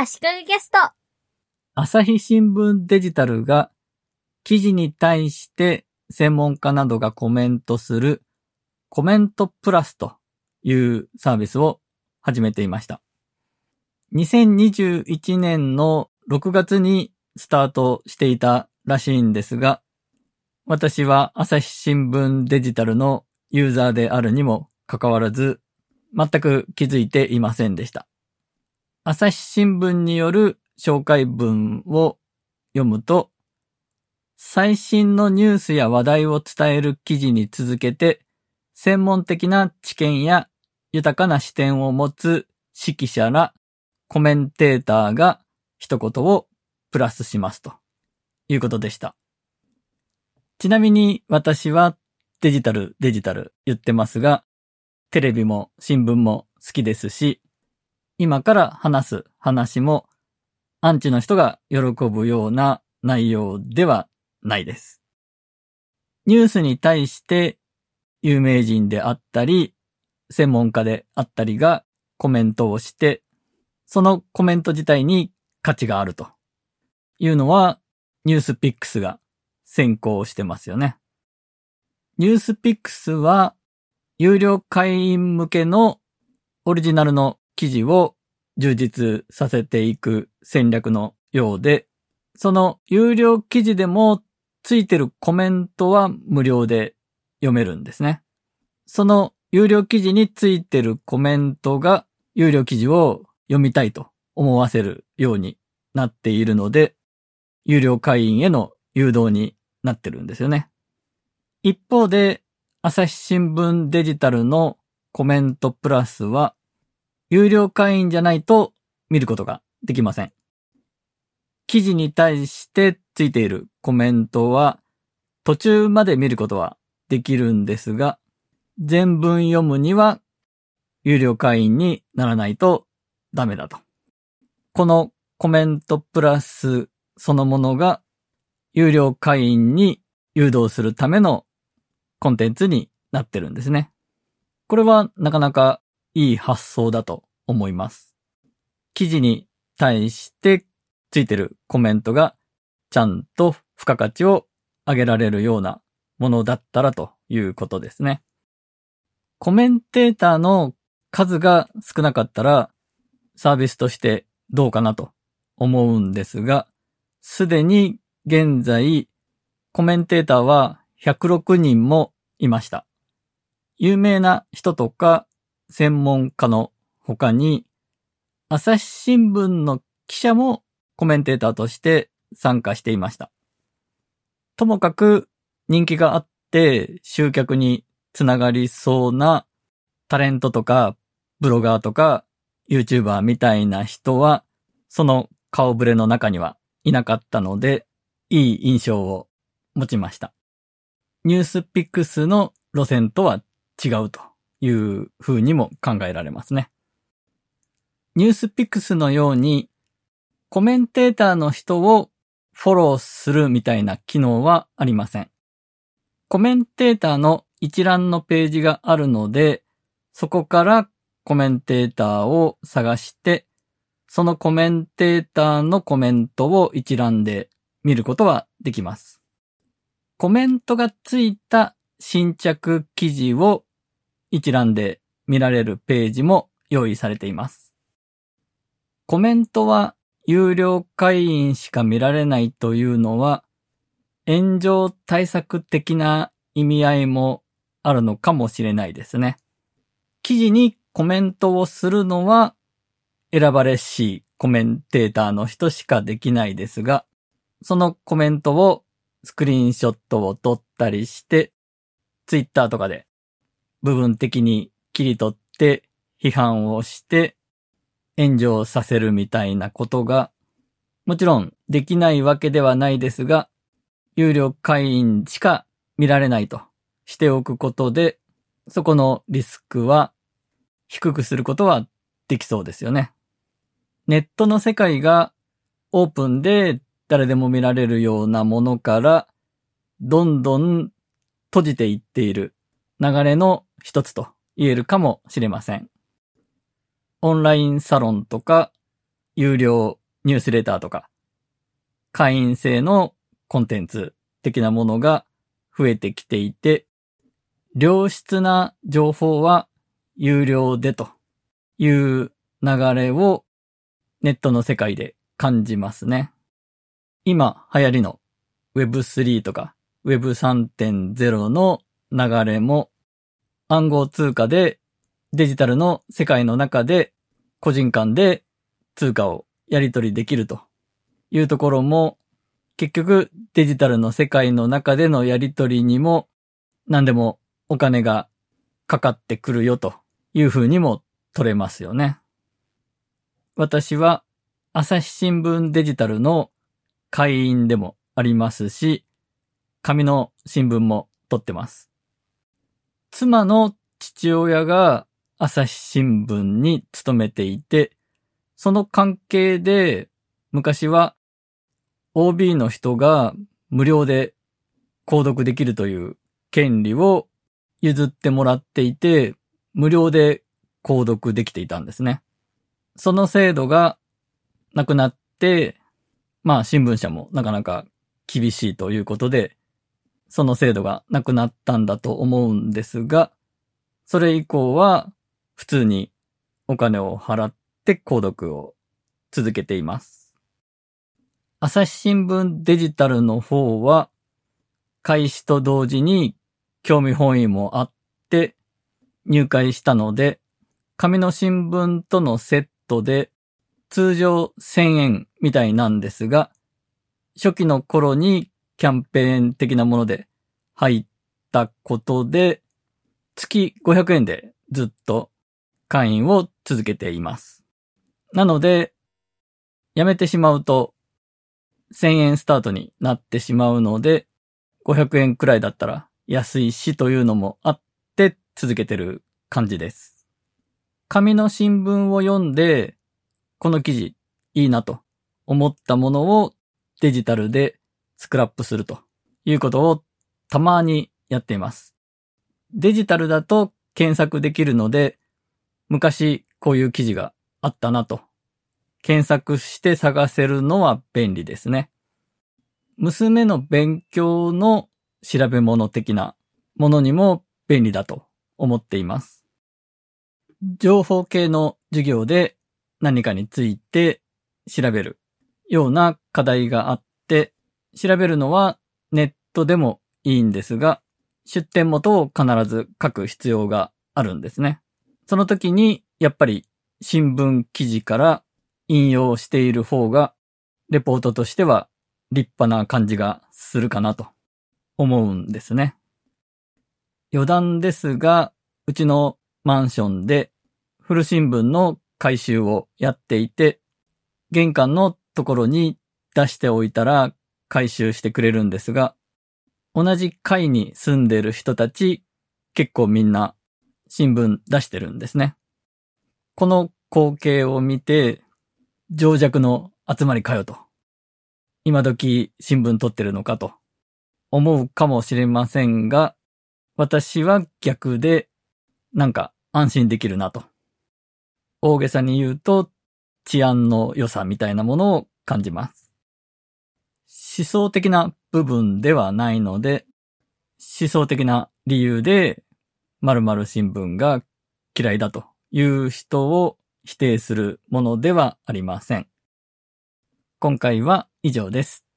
足利ゲスト。 朝日新聞デジタルが記事に対して専門家などがコメントするコメントプラスというサービスを始めていました。2021年の6月にスタートしていたらしいんですが、私は朝日新聞デジタルのユーザーであるにもかかわらず、全く気づいていませんでした。朝日新聞による紹介文を読むと、最新のニュースや話題を伝える記事に続けて、専門的な知見や豊かな視点を持つ識者らコメンテーターが一言をプラスしますということでした。ちなみに私はデジタル言ってますが、テレビも新聞も好きですし、今から話す話もアンチの人が喜ぶような内容ではないです。ニュースに対して有名人であったり、専門家であったりがコメントをして、そのコメント自体に価値があるというのはニュースピックスが先行してますよね。ニュースピックスは有料会員向けのオリジナルの記事を充実させていく戦略のようで、その有料記事でもついてるコメントは無料で読めるんですね。その有料記事についてるコメントが有料記事を読みたいと思わせるようになっているので、有料会員への誘導になってるんですよね。一方で、朝日新聞デジタルのコメントプラスは、有料会員じゃないと見ることができません。記事に対してついているコメントは、途中まで見ることはできるんですが、全文読むには、有料会員にならないとダメだと。このコメントプラスそのものが、有料会員に誘導するためのコンテンツになってるんですね。これはなかなかいい発想だと思います。記事に対してついてるコメントがちゃんと付加価値を上げられるようなものだったらということですね。コメンテーターの数が少なかったらサービスとしてどうかなと思うんですが、すでに現在コメンテーターは106人もいました。有名な人とか専門家の他に、朝日新聞の記者もコメンテーターとして参加していました。ともかく人気があって集客につながりそうなタレントとかブロガーとか YouTuber みたいな人はその顔ぶれの中にはいなかったので、いい印象を持ちました。ニュースピックスの路線とは違うという風にも考えられますね。ニュースピックスのようにコメンテーターの人をフォローするみたいな機能はありません。コメンテーターの一覧のページがあるので、そこからコメンテーターを探して、そのコメンテーターのコメントを一覧で見ることはできます。コメントがついた新着記事を一覧で見られるページも用意されています。コメントは有料会員しか見られないというのは炎上対策的な意味合いもあるのかもしれないですね。記事にコメントをするのは選ばれしいコメンテーターの人しかできないですが、そのコメントをスクリーンショットを撮ったりして、ツイッターとかで部分的に切り取って批判をして炎上させるみたいなことがもちろんできないわけではないですが、有料会員しか見られないとしておくことで、そこのリスクは低くすることはできそうですよね。ネットの世界がオープンで誰でも見られるようなものからどんどん閉じていっている流れの一つと言えるかもしれません。オンラインサロンとか有料ニュースレターとか、会員制のコンテンツ的なものが増えてきていて、良質な情報は有料でという流れをネットの世界で感じますね。今流行りの Web3 とか Web3.0 の流れも暗号通貨でデジタルの世界の中で個人間で通貨をやり取りできるというところも結局デジタルの世界の中でのやり取りにも何でもお金がかかってくるよというふうにも取れますよね。私は朝日新聞デジタルの会員でもありますし、紙の新聞も取ってます。妻の父親が朝日新聞に勤めていて、その関係で昔は OB の人が無料で購読できるという権利を譲ってもらっていて、無料で購読できていたんですね。その制度がなくなって、新聞社もなかなか厳しいということで、その制度がなくなったんだと思うんですが、それ以降は普通にお金を払って購読を続けています。朝日新聞デジタルの方は開始と同時に興味本位もあって入会したので、紙の新聞とのセットで通常1000円みたいなんですが、初期の頃にキャンペーン的なもので入ったことで、月500円でずっと会員を続けています。なので、やめてしまうと1000円スタートになってしまうので、500円くらいだったら安いしというのもあって続けてる感じです。紙の新聞を読んで、この記事いいなと思ったものをデジタルでスクラップするということをたまにやっています。デジタルだと検索できるので、昔こういう記事があったなと検索して探せるのは便利ですね。娘の勉強の調べ物的なものにも便利だと思っています。情報系の授業で何かについて調べるような課題があって、調べるのはネットでもいいんですが、出典元を必ず書く必要があるんですね。その時にやっぱり新聞記事から引用している方がレポートとしては立派な感じがするかなと思うんですね。余談ですが、うちのマンションで古新聞の回収をやっていて、玄関のところに出しておいたら回収してくれるんですが、同じ階に住んでいる人たち結構みんな新聞出してるんですね。この光景を見て、情弱の集まりかよと。今時新聞取ってるのかと思うかもしれませんが、私は逆でなんか安心できるなと。大げさに言うと治安の良さみたいなものを感じます。思想的な部分ではないので、思想的な理由で〇〇新聞が嫌いだという人を否定するものではありません。今回は以上です。